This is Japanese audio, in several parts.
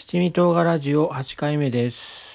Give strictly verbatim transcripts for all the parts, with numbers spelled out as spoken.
七味唐辛ラジオはちかいめです。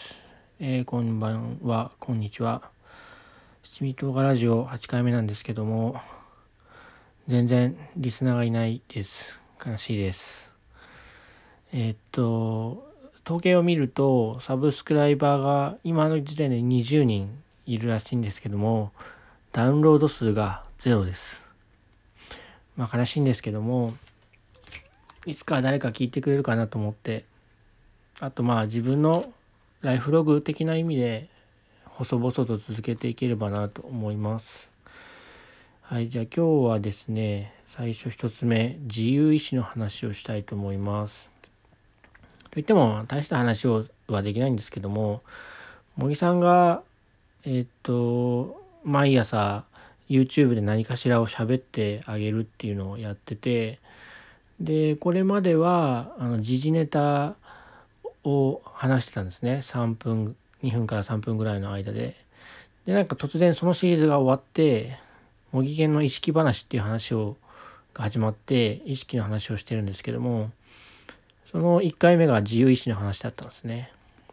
えー、こんばんは、こんにちは。七味唐辛ラジオはちかいめなんですけども、全然リスナーがいないです。悲しいです。えー、っと、統計を見ると、サブスクライバーが今の時点でにじゅうにんいるらしいんですけども、ダウンロード数がゼロです。まあ悲しいんですけども、いつか誰か聞いてくれるかなと思って、あとまあ自分のライフログ的な意味で細々と続けていければなと思います。はい、じゃあ今日はですね、最初一つ目、自由意志の話をしたいと思います。といっても大した話をはできないんですけども、茂木さんがえっと毎朝 YouTube で何かしらを喋ってあげるっていうのをやってて、でこれまではあの時事ネタを話してたんですね。さんぷんにふんからさんぷんぐらいの間で。でなんか突然そのシリーズが終わって模擬犬の意識話っていう話をが始まって意識の話をしてるんですけども、そのいっかいめが自由意志の話だったんですね。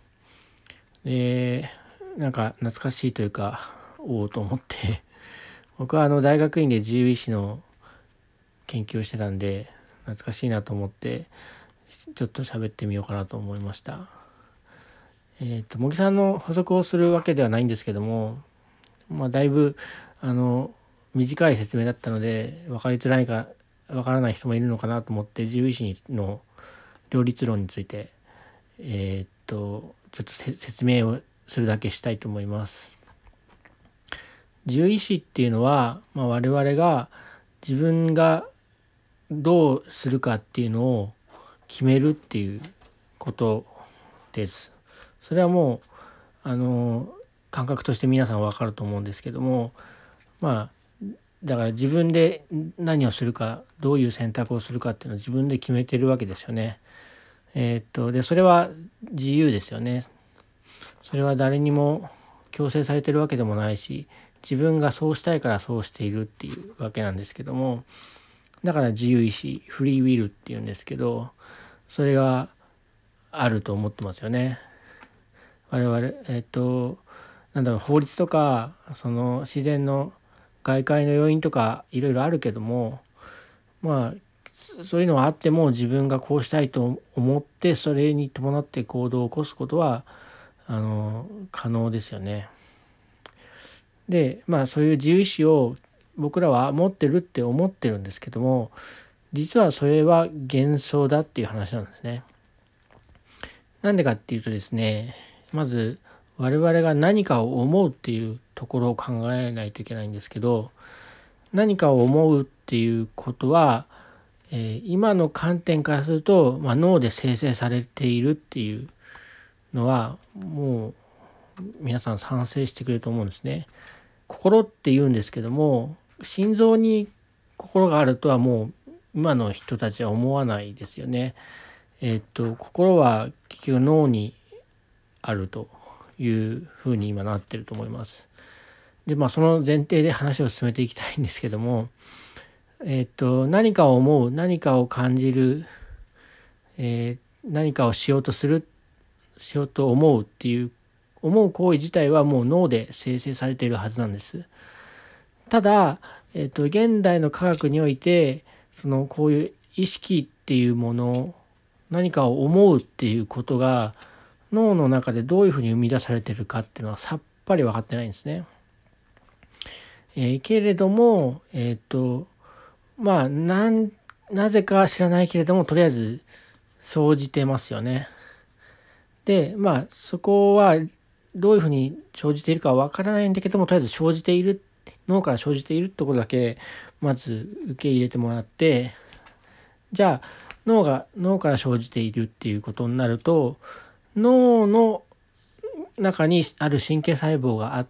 でなんか懐かしいというかおおと思って僕はあの大学院で自由意志の研究をしてたんで懐かしいなと思ってちょっと喋ってみようかなと思いました。えっと茂木さんの補足をするわけではないんですけども、まあだいぶあの短い説明だったので分かりづらいか分からない人もいるのかなと思って自由意志の両立論についてえーっとちょっと説明をするだけしたいと思います。自由意志っていうのは、まあ、我々が自分がどうするかっていうのを決めるっていうことです。それはもうあの感覚として皆さん分かると思うんですけども、まあだから自分で何をするかどういう選択をするかっていうのを自分で決めてるわけですよね。えーっとでそれは自由ですよね。それは誰にも強制されてるわけでもないし、自分がそうしたいからそうしているっていうわけなんですけども、だから自由意志フリーウィルっていうんですけど、それがあると思ってますよね。我々えーっとなんだろう、法律とかその自然の外界の要因とかいろいろあるけども、まあそういうのはあっても自分がこうしたいと思ってそれに伴って行動を起こすことはあの可能ですよね。でまあそういう自由意志を僕らは持ってるって思ってるんですけども、実はそれは幻想だっていう話なんですね。なんでかっていうとですね、まず我々が何かを思うっていうところを考えないといけないんですけど、何かを思うっていうことは、えー今の観点からすると、まあ、脳で生成されているっていうのはもう皆さん賛成してくれると思うんですね。心って言うんですけども、心臓に心があるとはもう今の人たちは思わないですよね。えっと心は結局脳にあるというふうに今なってると思います。でまあその前提で話を進めていきたいんですけども、えっと何かを思う、何かを感じる、えー何かをしようとする、しようと思うっていう思う行為自体はもう脳で生成されているはずなんです。ただ、えっと、現代の科学においてそのこういう意識っていうもの、何かを思うっていうことが脳の中でどういうふうに生み出されてるかっていうのはさっぱり分かってないんですね。えーけれどもえっとまあなんなぜか知らないけれどもとりあえず生じてますよね。でまあそこはどういうふうに生じているかは分からないんだけども、とりあえず生じている、脳から生じているところだけまず受け入れてもらって、じゃあ脳が脳から生じているっていうことになると、脳の中にある神経細胞があって、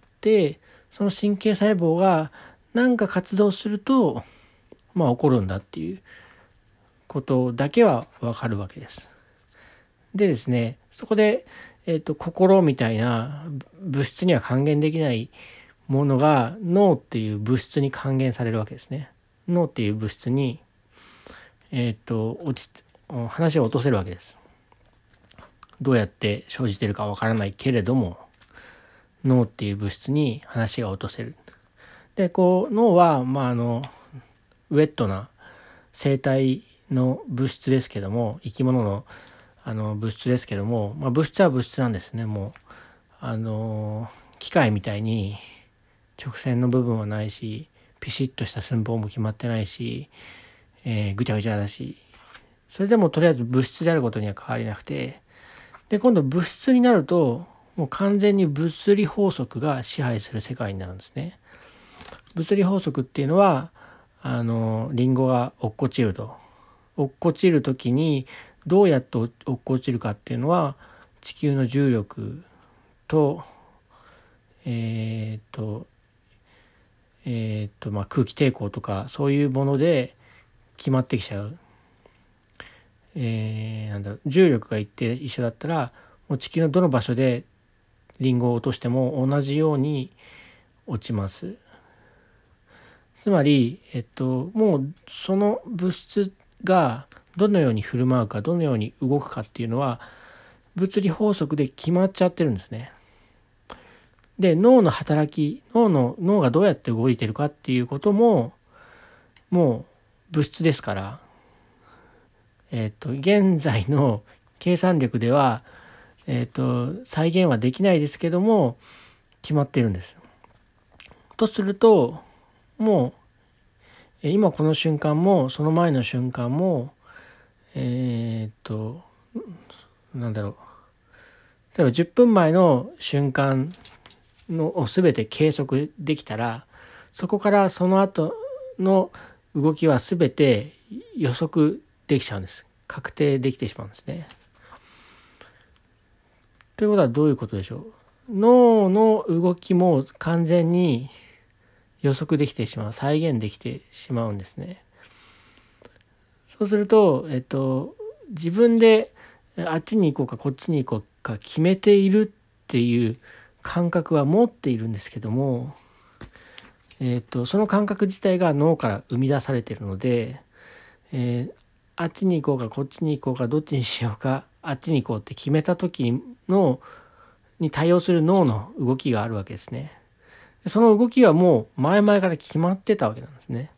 その神経細胞が何か活動するとまあ起こるんだっていうことだけは分かるわけです。でですね、そこで、えーと、心みたいな物質には還元できないものが脳っていう物質に還元されるわけですね。脳っていう物質に、えーと、落ち話を落とせるわけです。 どうやって生じてるかわからないけれども、脳っていう物質に話が落とせる。でこう脳は、まあ、あのウェットな生体の物質ですけども、生き物のあの物質ですけども、まあ、物質は物質なんですね。もうあの機械みたいに直線の部分はないし、ピシッとした寸法も決まってないし、えー、ぐちゃぐちゃだし、それでもとりあえず物質であることには変わりなくて、で今度物質になるともう完全に物理法則が支配する世界になるんですね。物理法則っていうのは、あのリンゴが落っこちると落っこちる時にどうやって落っこちるかっていうのは、地球の重力とえっ、とえっ、とまあ空気抵抗とかそういうもので決まってきちゃう。えー、なんだろう、重力が一定一緒だったら、もう地球のどの場所でリンゴを落としても同じように落ちます。つまり、えっと、もうその物質がどのように振る舞うか、どのように動くかっていうのは物理法則で決まっちゃってるんですね。で、脳の働き、脳の脳がどうやって動いてるかっていうことももう物質ですから、えっと現在の計算力ではえっと再現はできないですけども決まってるんです。とすると、もう今この瞬間もその前の瞬間もえー、っとなんだろう、例えばじゅっぷんまえの瞬間のを全て計測できたら、そこからその後の動きは全て予測できちゃうんです。確定できてしまうんですね。ということはどういうことでしょう。脳の動きも完全に予測できてしまう、再現できてしまうんですね。そうすると、えっと、自分であっちに行こうかこっちに行こうか決めているっていう感覚は持っているんですけども、えっと、その感覚自体が脳から生み出されているので、えー、あっちに行こうかこっちに行こうかどっちにしようか、あっちに行こうって決めた時のに対応する脳の動きがあるわけですね。その動きはもう前々から決まってたわけなんですね。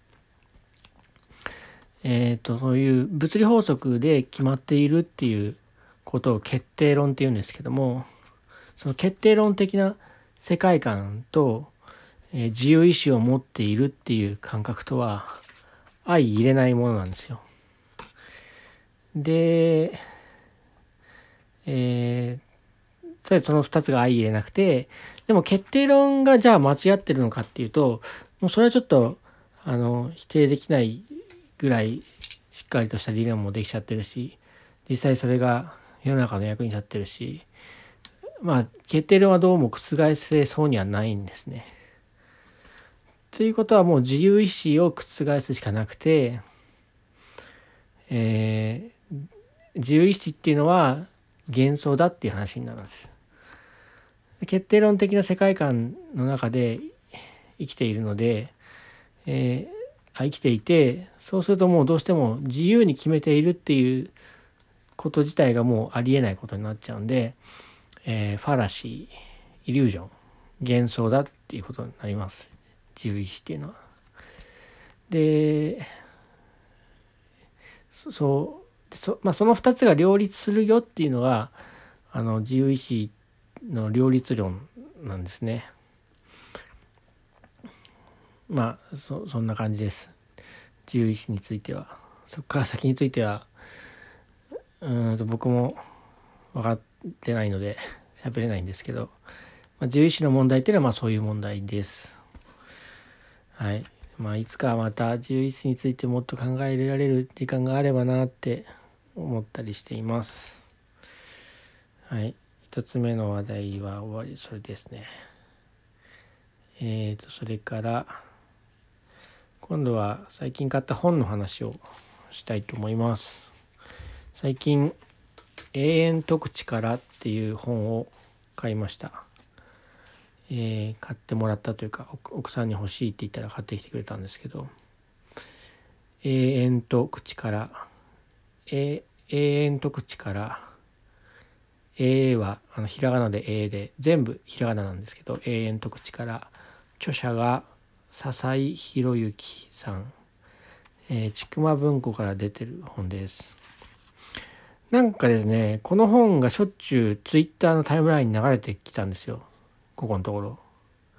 えーと、そういう物理法則で決まっているっていうことを決定論っていうんですけども、その決定論的な世界観と、えー、自由意志を持っているっていう感覚とは相入れないものなんですよ。で、えー、とりあえずそのふたつが相入れなくて、でも決定論がじゃあ間違ってるのかっていうと、もうそれはちょっとあの否定できないぐらいしっかりとした理論もできちゃってるし、実際それが世の中の役に立ってるし、まあ決定論はどうも覆せそうにはないんですね。ということはもう自由意志を覆すしかなくて、えー、自由意志っていうのは幻想だっていう話になるんです。決定論的な世界観の中で生きているので、えー、生きていて、そうするともうどうしても自由に決めているっていうこと自体がもうありえないことになっちゃうんで、えー、ファラシー、イリュージョン、幻想だっていうことになります。自由意志っていうのは。で、そうそ、まあ、そのふたつが両立するよっていうのがあの自由意志の両立論なんですね。まあ そ, そんな感じです。自由意志については。そこから先についてはうんと僕も分かってないので喋れないんですけど、まあ、自由意志の問題っていうのはまあそういう問題です。はい。まあいつかまた自由意志についてもっと考えられる時間があればなって思ったりしています。はい。一つ目の話題は終わり、それですね。えーとそれから今度は最近買った本の話をしたいと思います。最近永遠解く力っていう本を買いました。えー、買ってもらったというか奥さんに欲しいって言ったら買ってきてくれたんですけど、永遠解く力、え永遠解く力、 エー はあのひらがなで A で全部ひらがななんですけど、永遠と口から。著者が笹井宏之さん、えー、ちくま文庫から出てる本です。なんかですね、この本がしょっちゅうツイッターのタイムラインに流れてきたんですよ、ここのところ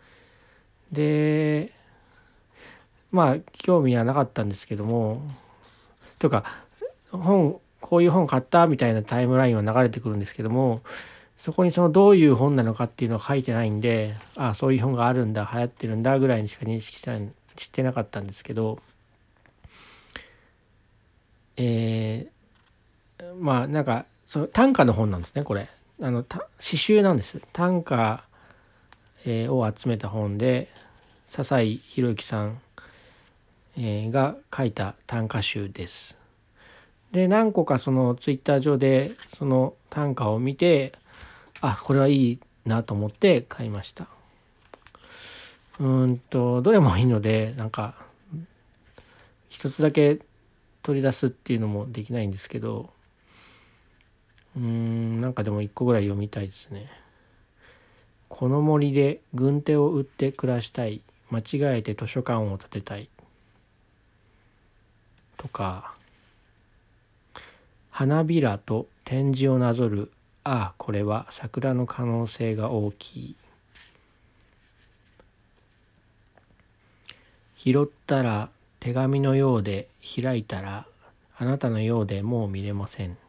で。まあ興味はなかったんですけども、というか本こういう本買ったみたいなタイムラインは流れてくるんですけども、そこにそのどういう本なのかっていうのは書いてないんで、ああそういう本があるんだ、流行ってるんだぐらいにしか認識してない知ってなかったんですけど、えー、まあなんかその短歌の本なんですね、これ。あの詩集なんです。短歌、えー、を集めた本で、笹井宏之さん、えー、が書いた短歌集です。で何個かそのツイッター上でその短歌を見て、あこれはいいなと思って買いました。うーんとどれもいいので、なんか一つだけ取り出すっていうのもできないんですけど、うーんなんかでも一個ぐらい読みたいですね。この森で軍手を売って暮らしたい、間違えて図書館を建てたいとか、花びらと展示をなぞる、ああこれは桜の可能性が大きい、拾ったら手紙のようで、開いたらあなたのようでもう見れません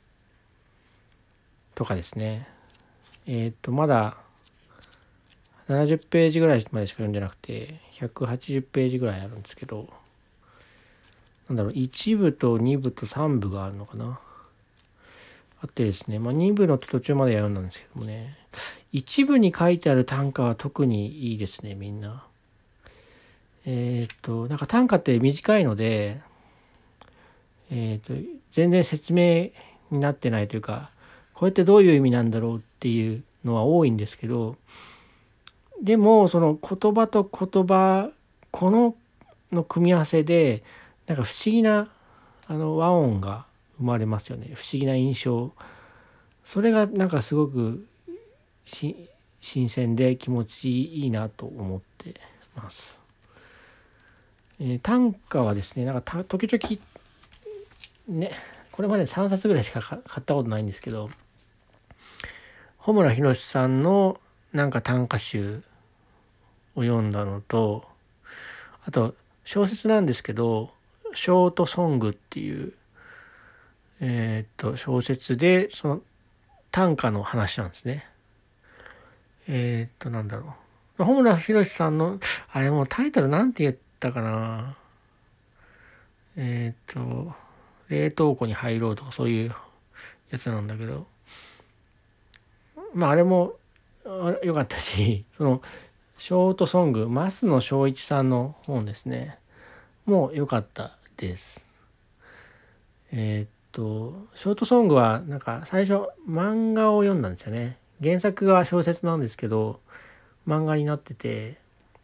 とかですね。えっとまだななじゅっページぐらいまでしか読んでなくて、ひゃくはちじゅっページぐらいあるんですけど、なんだろう、いち部とに部とさん部があるのかな、あってですね、まあ、に部の途中まで読んだんですけどもね、いち部に書いてある短歌は特にいいですね、みんな。えっとなんか短歌って短いので、えっと全然説明になってないというか、これってどういう意味なんだろうっていうのは多いんですけど、でもその言葉と言葉、このの組み合わせでなんか不思議なあの和音が生まれますよね。不思議な印象、それがなんかすごくし新鮮で気持ちいいなと思ってます。えー、短歌はですね、なんかた時々ね、これまでさんさつぐらいしか買ったことないんですけど、穂村弘さんのなんか短歌集を読んだのと、あと小説なんですけど、ショートソングっていう、えー、っと小説でその短歌の話なんですね。えー、っとなんだろう、穂村弘さんのあれもうタイトルなんて言ったかな、えー、っと冷凍庫に入ろうとかそういうやつなんだけど、まああれも良かったし、そのショートソング、増野翔一さんの本ですね、もう良かったです。えーっとショートソングはなんか最初漫画を読んだんですよね。原作が小説なんですけど漫画になってて、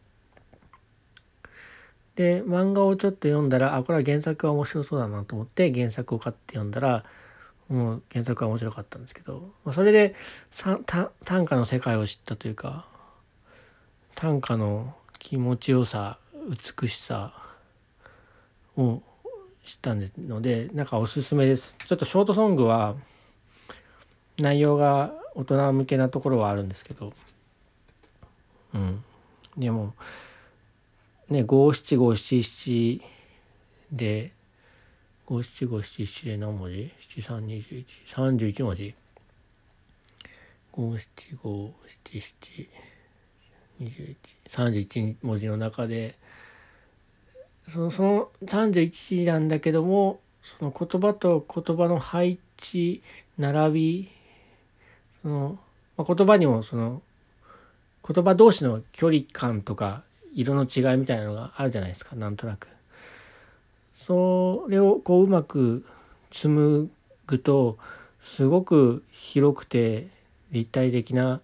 で漫画をちょっと読んだら、あこれは原作が面白そうだなと思って原作を買って読んだら、もう原作は面白かったんですけど、まあ、それでさた短歌の世界を知ったというか、短歌の気持ちよさ、美しさを知ったので、なんかおすすめです。ちょっとショートソングは内容が大人向けなところはあるんですけど、うん、でもね、五七五七七で五七五七七で何文字？七三二十一、三十一文字。五七五七七二十一、三十一文字の中で、そのそのさんじゅういち字なんだけども、その言葉と言葉の配置並び、その、まあ、言葉にもその言葉同士の距離感とか色の違いみたいなのがあるじゃないですか、なんとなく。それをこううまく紡ぐと、すごく広くて立体的な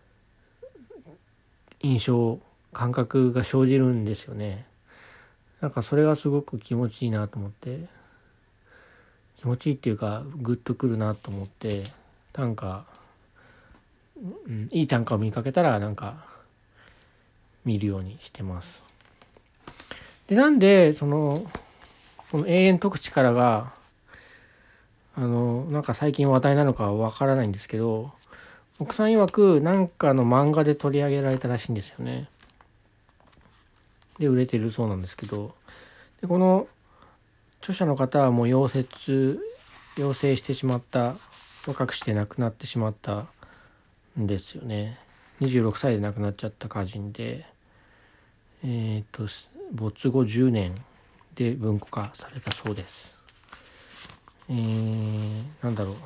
印象、感覚が生じるんですよね。なんかそれがすごく気持ちいいなと思って、気持ちいいっていうかグッとくるなと思って、短歌うん、いい短歌を見かけたらなんか見るようにしてます。でなんでそのこの永遠解く力があのなんか最近話題なのかはわからないんですけど、奥さん曰くなんかの漫画で取り上げられたらしいんですよね。で売れてるそうなんですけど、でこの著者の方はもう溶接溶接してしまった、若くして亡くなってしまったんですよね。にじゅうろくさいで亡くなっちゃった歌人で、えっと没後じゅうねんで文庫化されたそうです。えー、なんだろ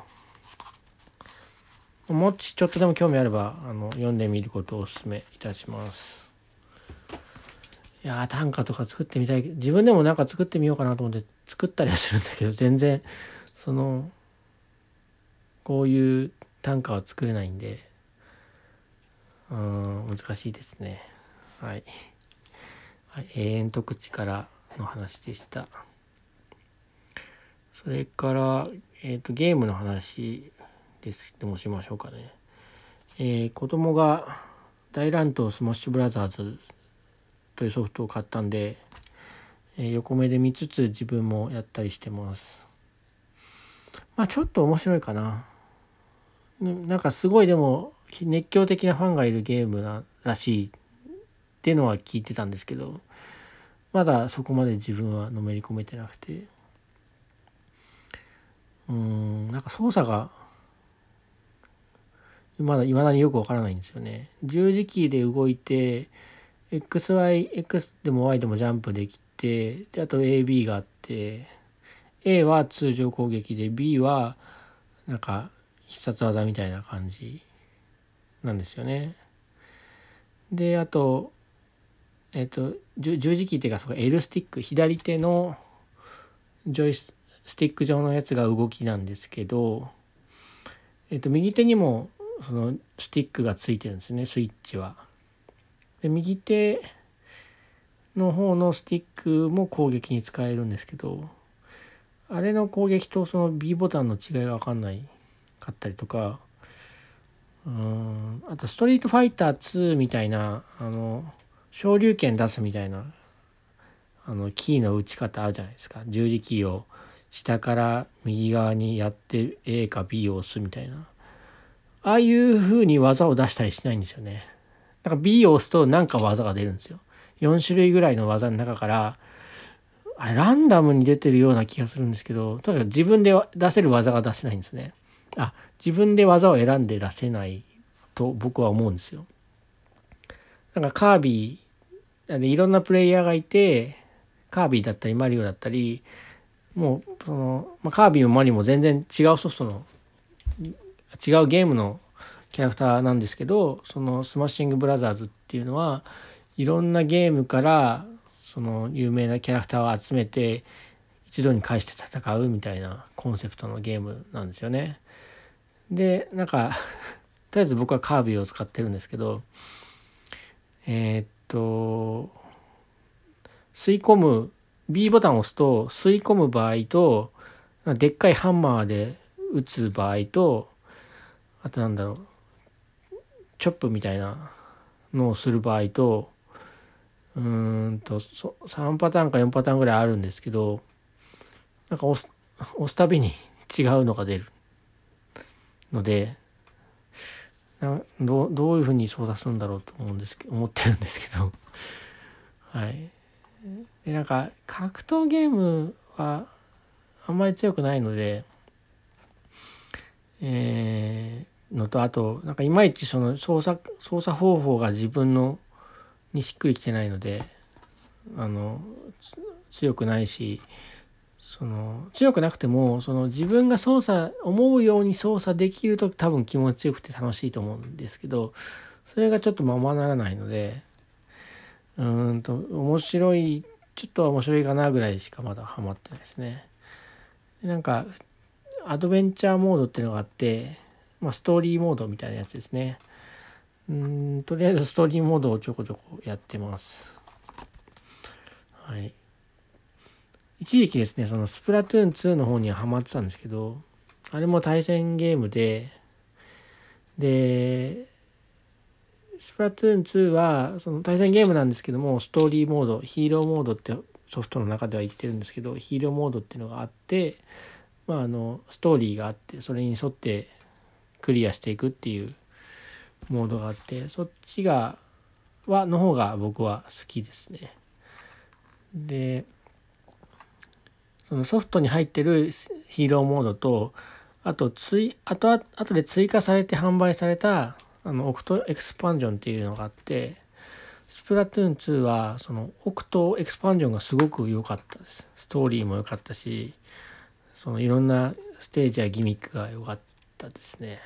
う、もしちょっとでも興味あればあの読んでみることをお勧めいたします。いやー短歌とか作ってみたい、自分でもなんか作ってみようかなと思って作ったりはするんだけど、全然そのこういう短歌は作れないんで、うーん難しいですね。はい、はい、永遠解く力の話でした。それから、えーと、ゲームの話ですでもしましょうかね。えー、子供が大乱闘スマッシュブラザーズというソフトを買ったんで、えー、横目で見つつ自分もやったりしてます。まあちょっと面白いかな。なんかすごいでも熱狂的なファンがいるゲームならしいっていうのは聞いてたんですけど、まだそこまで自分はのめり込めてなくて、うーんなんか操作がまだ未だによくわからないんですよね。十字キーで動いて エックスワイ X でも Y でもジャンプできて、であと エービー があって、 A は通常攻撃で B はなんか必殺技みたいな感じなんですよね。であとえっと十字キーっていうか、そこ L スティック、左手のジョイスティック上のやつが動きなんですけど、えっと右手にもそのスティックがついてるんですね、スイッチは。で右手の方のスティックも攻撃に使えるんですけど、あれの攻撃とその B ボタンの違いが分かんないかったりとか、うーんあとストリートファイターツーみたいなあの昇竜拳出すみたいなあのキーの打ち方あるじゃないですか。十字キーを下から右側にやって A か B を押すみたいな、ああいう風に技を出したりしないんですよね。だから B を押すとなんか技が出るんですよ。よん種類ぐらいの技の中からあれランダムに出てるような気がするんですけど、とにかく自分で出せる技が出せないんですね。あ、自分で技を選んで出せないと僕は思うんですよ。なんかカービィでいろんなプレイヤーがいて、カービィだったりマリオだったり、もうその、まあ、カービィもマリオも全然違うソフトの違うゲームのキャラクターなんですけど、そのスマッシングブラザーズっていうのはいろんなゲームからその有名なキャラクターを集めて一度に返して戦うみたいなコンセプトのゲームなんですよね。でなんかとりあえず僕はカービィを使ってるんですけど、えー、っと吸い込む B ボタンを押すと吸い込む場合と、でっかいハンマーで打つ場合と、あとなんだろうチョップみたいなのをする場合と、うーんとさんパターンかよんパターンぐらいあるんですけど、なんか押す押すたびに違うのが出るので、などうどういうふうに操作するんだろうと思うんですけど思ってるんですけどはいでなんか格闘ゲームはあんまり強くないので、えー、のと、あとなんかいまいちその操作操作方法が自分のにしっくりきてないので、あの強くないし、その強くなくてもその自分が操作思うように操作できると多分気持ちよくて楽しいと思うんですけど、それがちょっとままならないので、うーんと面白いちょっとは面白いかなぐらいしかまだハマってないですね。でなんかアドベンチャーモードっていうのがあって、まあ、ストーリーモードみたいなやつですね。うーんとりあえずストーリーモードをちょこちょこやってます。はい。一時期ですね、そのスプラトゥーンツーの方にはハマってたんですけど、あれも対戦ゲームで、 でスプラトゥーンツーはその対戦ゲームなんですけども、ストーリーモード、ヒーローモードってソフトの中では言ってるんですけど、ヒーローモードっていうのがあって、まああのストーリーがあって、それに沿ってクリアしていくっていうモードがあって、そっちがはの方が僕は好きですね。でそのソフトに入ってるヒーローモードと、あとついあとあとで追加されて販売されたあのオクトエクスパンジョンっていうのがあって、スプラトゥーンツーはそのオクトエクスパンジョンがすごく良かったです。ストーリーも良かったし、そのいろんなステージやギミックが良かったですね。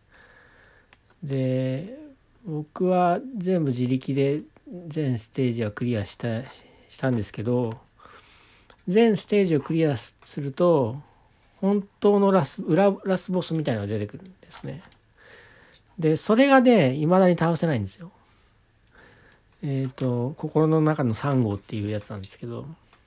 で僕は全部自力で全ステージはクリアしたしたんですけど、全ステージをクリアすると本当のラス裏ラスボスみたいなのが出てくるんですね。でそれがね未だに倒せないんですよ。えっと心の中のさん号っていうやつなんですけど、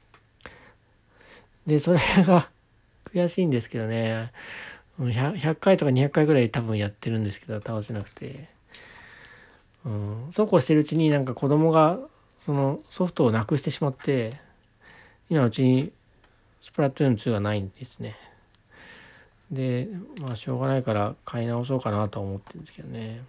でそれが悔しいんですけどね、ひゃく, ひゃっかいとかにひゃっかいぐらい多分やってるんですけど倒せなくて、うん、そうこうしてるうちになんか子供がそのソフトをなくしてしまって、今うちにスプラトゥーンツーがないんですね。でまあしょうがないから買い直そうかなと思ってるんですけどね。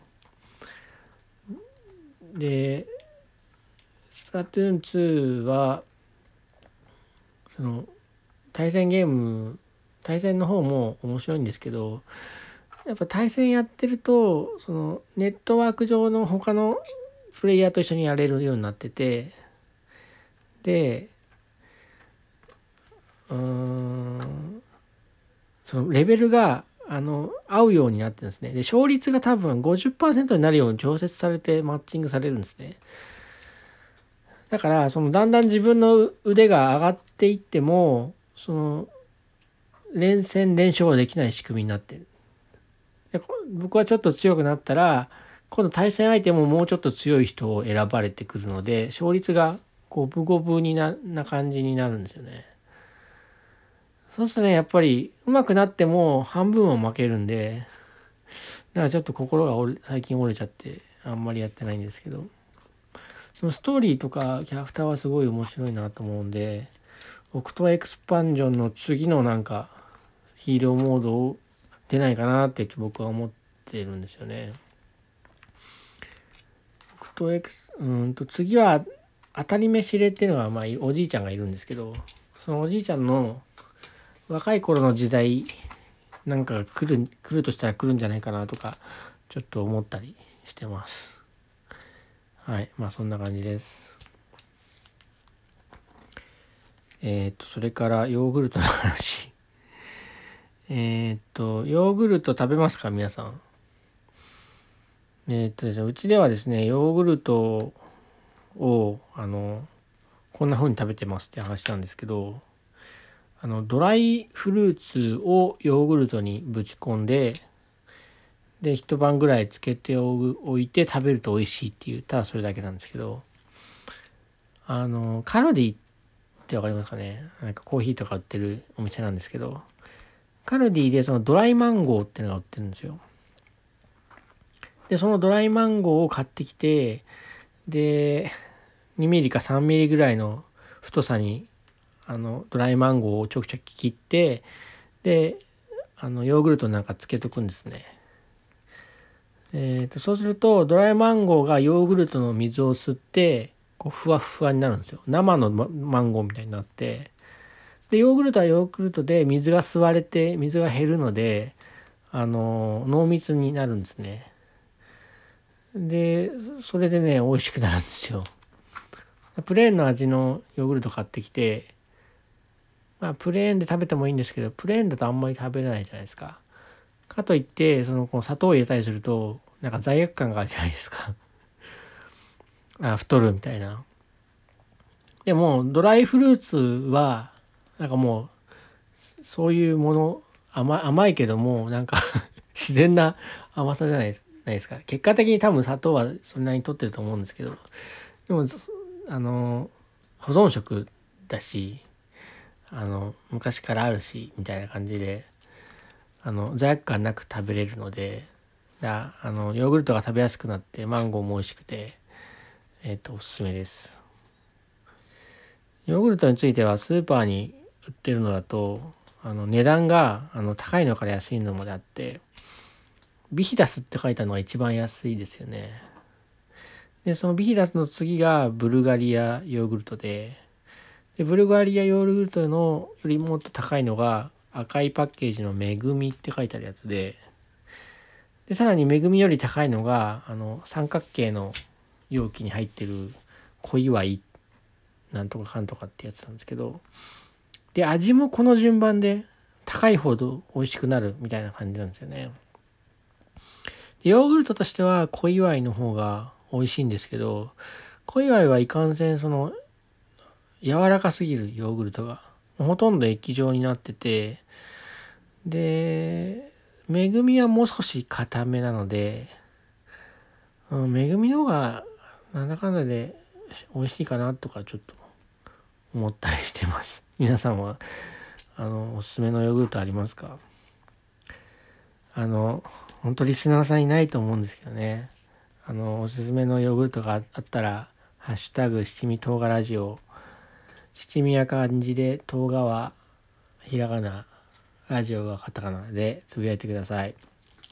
でスプラトゥーンツーはその対戦ゲーム対戦の方も面白いんですけど、やっぱ対戦やってるとそのネットワーク上の他のプレイヤーと一緒にやれるようになってて、でうーんそのレベルがあの合うようになってるんですね。で勝率が多分 ごじゅっパーセント になるように調節されてマッチングされるんですね。だからそのだんだん自分の腕が上がっていってもその連戦連勝はできない仕組みになってる。で僕はちょっと強くなったら今度対戦相手ももうちょっと強い人を選ばれてくるので、勝率が五分五分に な, な感じになるんですよね。そうするとねやっぱり上手くなっても半分は負けるんで、だからちょっと心が折れ最近折れちゃってあんまりやってないんですけど、そのストーリーとかキャラクターはすごい面白いなと思うんで、オクトエクスパンジョンの次のなんかヒーローモードを出ないかなって僕は思ってるんですよね。オクトエクスうんと次は当たり飯入れっていうのがまあおじいちゃんがいるんですけど、そのおじいちゃんの若い頃の時代なんか来る来るとしたら来るんじゃないかなとかちょっと思ったりしてます。はい、まあそんな感じです。えっとそれからヨーグルトの話えっとヨーグルト食べますか皆さん。えっとですね、うちではですねヨーグルトをあのこんな風に食べてますって話なんですけど、あのドライフルーツをヨーグルトにぶち込んで、で一晩ぐらいつけておいて食べると美味しいって言ったらそれだけなんですけど、あのカルディってわかりますかね。なんかコーヒーとか売ってるお店なんですけど、カルディでそのドライマンゴーっていうのが売ってるんですよ。でそのドライマンゴーを買ってきて、でにミリかさんミリぐらいの太さにあのドライマンゴーをちょきちょき切って、であのヨーグルトなんかつけとくんですね。えー、とそうするとドライマンゴーがヨーグルトの水を吸ってこうふわふわになるんですよ。生のマンゴーみたいになって、でヨーグルトはヨーグルトで水が吸われて水が減るのであの濃密になるんですね。でそれでね美味しくなるんですよ。プレーンの味のヨーグルト買ってきて、まあプレーンで食べてもいいんですけど、プレーンだとあんまり食べれないじゃないですか。かといってそのこの砂糖を入れたりするとなんか罪悪感があるじゃないですかあ太るみたいな。でもドライフルーツはなんかもうそういうもの 甘, 甘いけどもなんか自然な甘さじゃないですないですか。結果的に多分砂糖はそれなりに取ってると思うんですけど、でもあの保存食だしあの昔からあるしみたいな感じであの罪悪感なく食べれるので、 だあのヨーグルトが食べやすくなってマンゴーも美味しくて、えっとおすすめです。ヨーグルトについてはスーパーに売ってるのだとあの値段があの高いのから安いのまであって、ビヒダスって書いたのが一番安いですよね。でそのビヒダスの次がブルガリアヨーグルトで、でブルガリアヨーグルトのよりもっと高いのが赤いパッケージのめぐみって書いてあるやつで、でさらにめぐみより高いのがあの三角形の容器に入ってる小祝いなんとかかんとかってやつなんですけど、で味もこの順番で高いほど美味しくなるみたいな感じなんですよね。ヨーグルトとしては小祝いの方が美味しいんですけど、小祝いはいかんせんその柔らかすぎるヨーグルトがほとんど液状になってて、でめぐみはもう少し固めなので、うん、めぐみの方がなんだかんだで美味しいかなとかちょっと思ったりしてます。皆さんはあのおすすめのヨーグルトありますか？あの本当リスナーさんいないと思うんですけどね、あのおすすめのヨーグルトがあったらハッシュタグ七味唐辛ラジオ、七味は漢字で唐辛はひらがな、ラジオがカタカナでつぶやいてください。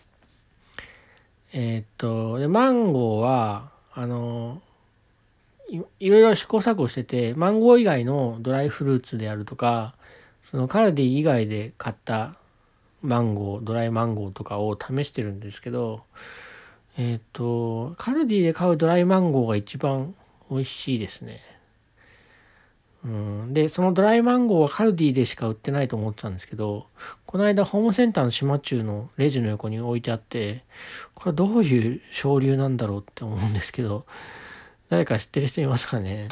えー、っとでマンゴーはあのい, いろいろ試行錯誤してて、マンゴー以外のドライフルーツであるとか、そのカルディ以外で買ったマンゴー、ドライマンゴーとかを試してるんですけど、えっとカルディで買うドライマンゴーが一番美味しいですね。うん、でそのドライマンゴーはカルディでしか売ってないと思ってたんですけど、この間ホームセンターの島中のレジの横に置いてあって、これはどういう潮流なんだろうって思うんですけど、誰か知ってる人いますかね？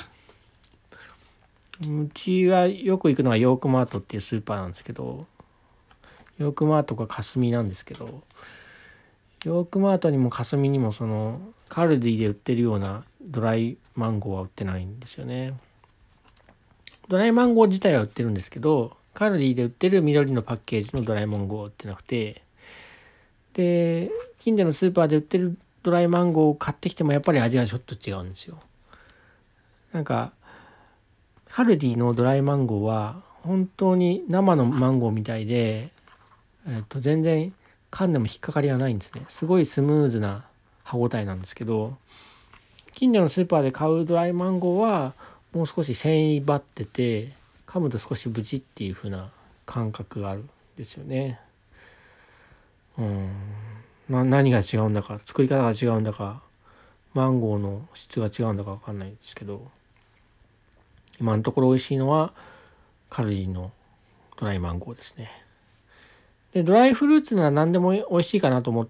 うちはよく行くのはヨークマートっていうスーパーなんですけど、ヨークマートかカスミなんですけど、ヨークマートにもカスミにもそのカルディで売ってるようなドライマンゴーは売ってないんですよね。ドライマンゴー自体は売ってるんですけど、カルディで売ってる緑のパッケージのドライマンゴーは売ってなくて、で近所のスーパーで売ってるドライマンゴーを買ってきてもやっぱり味がちょっと違うんですよ。なんかカルディのドライマンゴーは本当に生のマンゴーみたいで、えっと、全然噛んでも引っかかりがないんですね。すごいスムーズな歯ごたえなんですけど、近所のスーパーで買うドライマンゴーはもう少し繊維張ってて、噛むと少しブチっていう風な感覚があるんですよね。うんな何が違うんだか、作り方が違うんだか、マンゴーの質が違うんだか分かんないんですけど、今のところ美味しいのはカルディのドライマンゴーですね。でドライフルーツなら何でも美味しいかなと思って、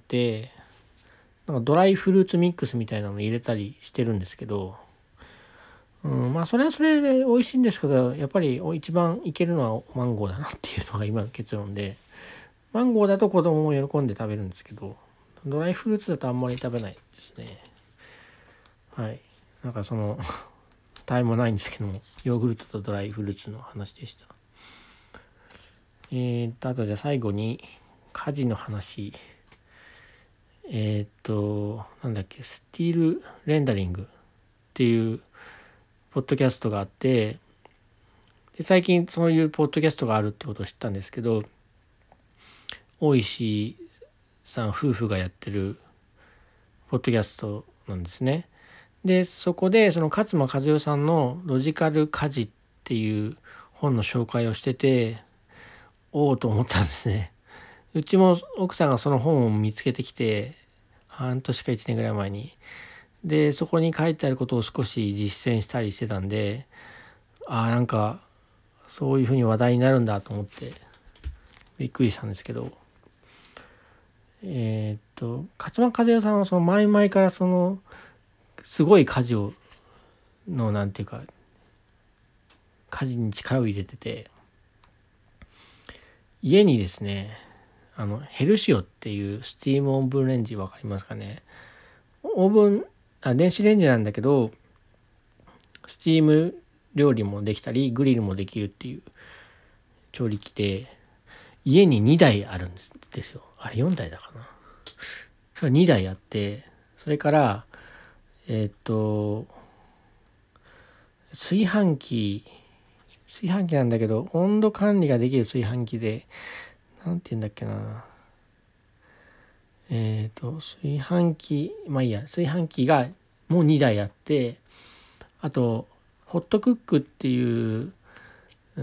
なんかドライフルーツミックスみたいなの入れたりしてるんですけど、うん、まあそれはそれで美味しいんですけど、やっぱり一番いけるのはマンゴーだなっていうのが今の結論で、マンゴーだと子供も喜んで食べるんですけど、ドライフルーツだとあんまり食べないですね。はい。なんかそのタイムもないんですけども、ヨーグルトとドライフルーツの話でした。えー、っとあとじゃあ最後に家事の話。えー、っとなんだっけ、スティールレンダリングっていうポッドキャストがあって、で最近そういうポッドキャストがあるってことを知ったんですけど、大石さん夫婦がやってるポッドキャストなんですね。でそこでその勝間和代さんのロジカル家事っていう本の紹介をしてて、おおと思ったんですね。うちも奥さんがその本を見つけてきて、半年かいちねんぐらい前に、でそこに書いてあることを少し実践したりしてたんで、ああなんかそういうふうに話題になるんだと思ってびっくりしたんですけど、えー、っと勝間和代さんはその前々からそのすごい家事をのなんていうか家事に力を入れてて、家にですね、あのヘルシオっていうスチームオーブンレンジ、わかりますかね？オーブンあ電子レンジなんだけど、スチーム料理もできたりグリルもできるっていう調理器で、家ににだいあるんですよ。あれよんだいだかな。 それにだいあって、それからえーっと炊飯器炊飯器なんだけど、温度管理ができる炊飯器で、なんて言うんだっけな、えーっと炊飯器、まあいいや、炊飯器がもうにだいあって、あとホットクックっていう、うん、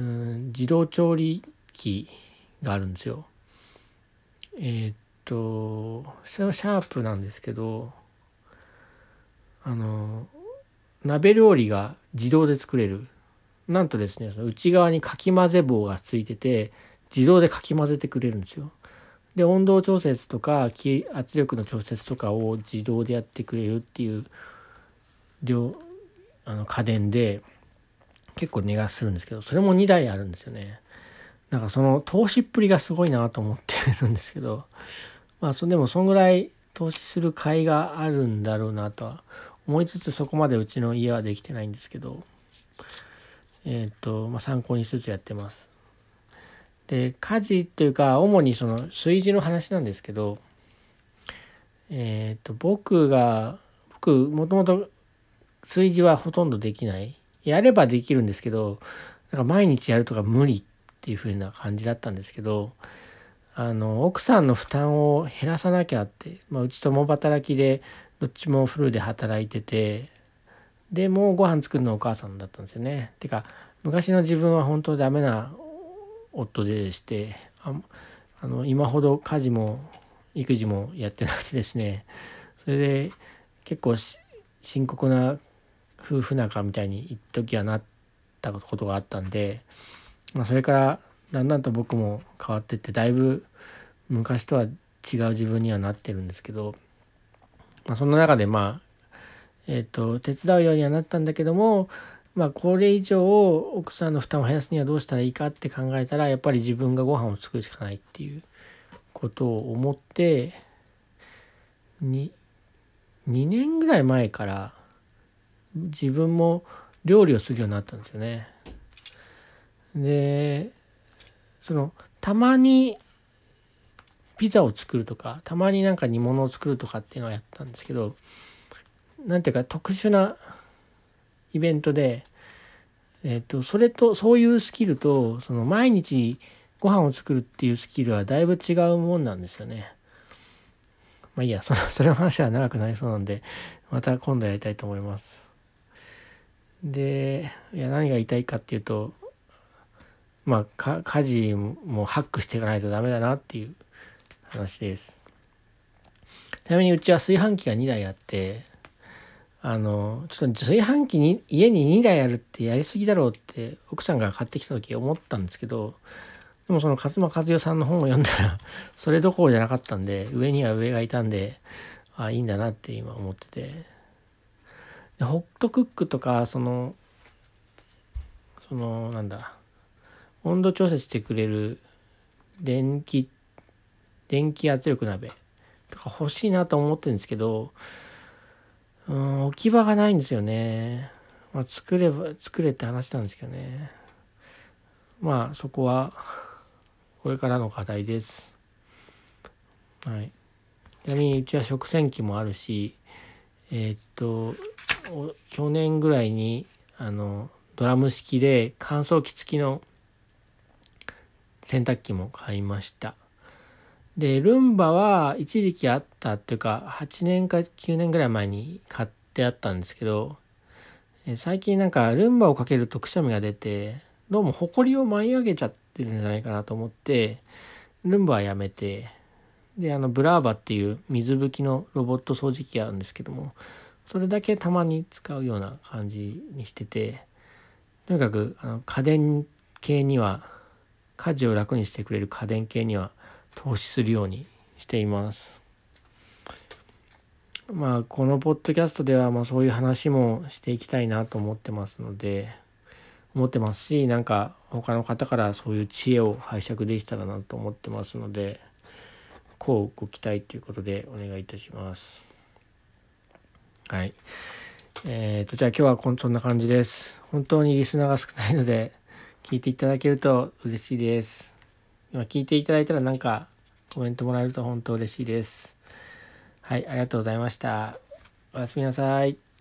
自動調理器があるんですよ。えーっとそれはシャープなんですけど、あの鍋料理が自動で作れる。なんとですね、その内側にかき混ぜ棒がついてて、自動でかき混ぜてくれるんですよ。で、温度調節とか圧力の調節とかを自動でやってくれるっていう両あの家電で、結構値がするんですけど、それもにだいあるんですよね。なんかその投資っぷりがすごいなと思ってるんですけど、まあそれでもそんぐらい投資する甲斐があるんだろうなとは思いつつ、そこまでうちの家はできてないんですけど、えっと、まあ、参考にしつつやってます。で、家事っていうか、主にその炊事の話なんですけど、えっと、僕が、僕、もともと炊事はほとんどできない。やればできるんですけど、なんか毎日やるとか無理っていう風な感じだったんですけど、あの、奥さんの負担を減らさなきゃって、まあ、うち共働きで、どっちもフルで働いてて、でもうご飯作るのお母さんだったんですよね。てか、昔の自分は本当ダメな夫でして、ああの今ほど家事も育児もやってなくてですね、それで結構深刻な夫婦仲みたいに一時はなったことがあったんで、まあ、それからだんだんと僕も変わってって、だいぶ昔とは違う自分にはなってるんですけど、まあ、そんな中でまあえっと手伝うようにはなったんだけども、まあこれ以上奥さんの負担を減らすにはどうしたらいいかって考えたら、やっぱり自分がご飯を作るしかないっていうことを思って、ににねんぐらい前から自分も料理をするようになったんですよね。で、そのたまにピザを作るとか、たまになんか煮物を作るとかっていうのをやったんですけど、なんていうか特殊なイベントで、えっとそれとそういうスキルと、その毎日ご飯を作るっていうスキルはだいぶ違うもんなんですよね。まあいいや、そのそれの話は長くなりそうなんで、また今度やりたいと思います。で、いや何が言いたいかっていうと、まあか家事もハックしていかないとダメだなっていう話です。ちなみにうちは炊飯器がにだいあって、あのちょっと炊飯器に家ににだいあるってやりすぎだろうって奥さんが買ってきた時思ったんですけど、でもその勝間和代さんの本を読んだらそれどころじゃなかったんで、上には上がいたんで、あ、いいんだなって今思ってて、でホットクックとか、そのそのなんだ温度調節してくれる電気電気圧力鍋とか欲しいなと思ってるんですけど、うん、置き場がないんですよね。まあ、作れば作れって話なんですけどね。まあそこはこれからの課題です。はい。ちなみにうちは食洗機もあるし、えーっと去年ぐらいにあのドラム式で乾燥機付きの洗濯機も買いました。でルンバは一時期あったっていうか、はちねんかきゅうねんぐらい前に買ってあったんですけど、最近なんかルンバをかけるとくしゃみが出て、どうもホコリを舞い上げちゃってるんじゃないかなと思ってルンバはやめて、であのブラーバっていう水拭きのロボット掃除機があるんですけども、それだけたまに使うような感じにしてて、とにかくあの家電系には、家事を楽にしてくれる家電系には投資するようにしています。まあこのポッドキャストではまあそういう話もしていきたいなと思ってますので、思ってますし、なんか他の方からそういう知恵を拝借できたらなと思ってますので、こうご期待ということでお願いいたします。はい。えーとじゃあ今日はこんそんな感じです。本当にリスナーが少ないので聞いていただけると嬉しいです。今聞いていただいたらなんかコメントもらえると本当嬉しいです。 はい、ありがとうございました。おやすみなさい。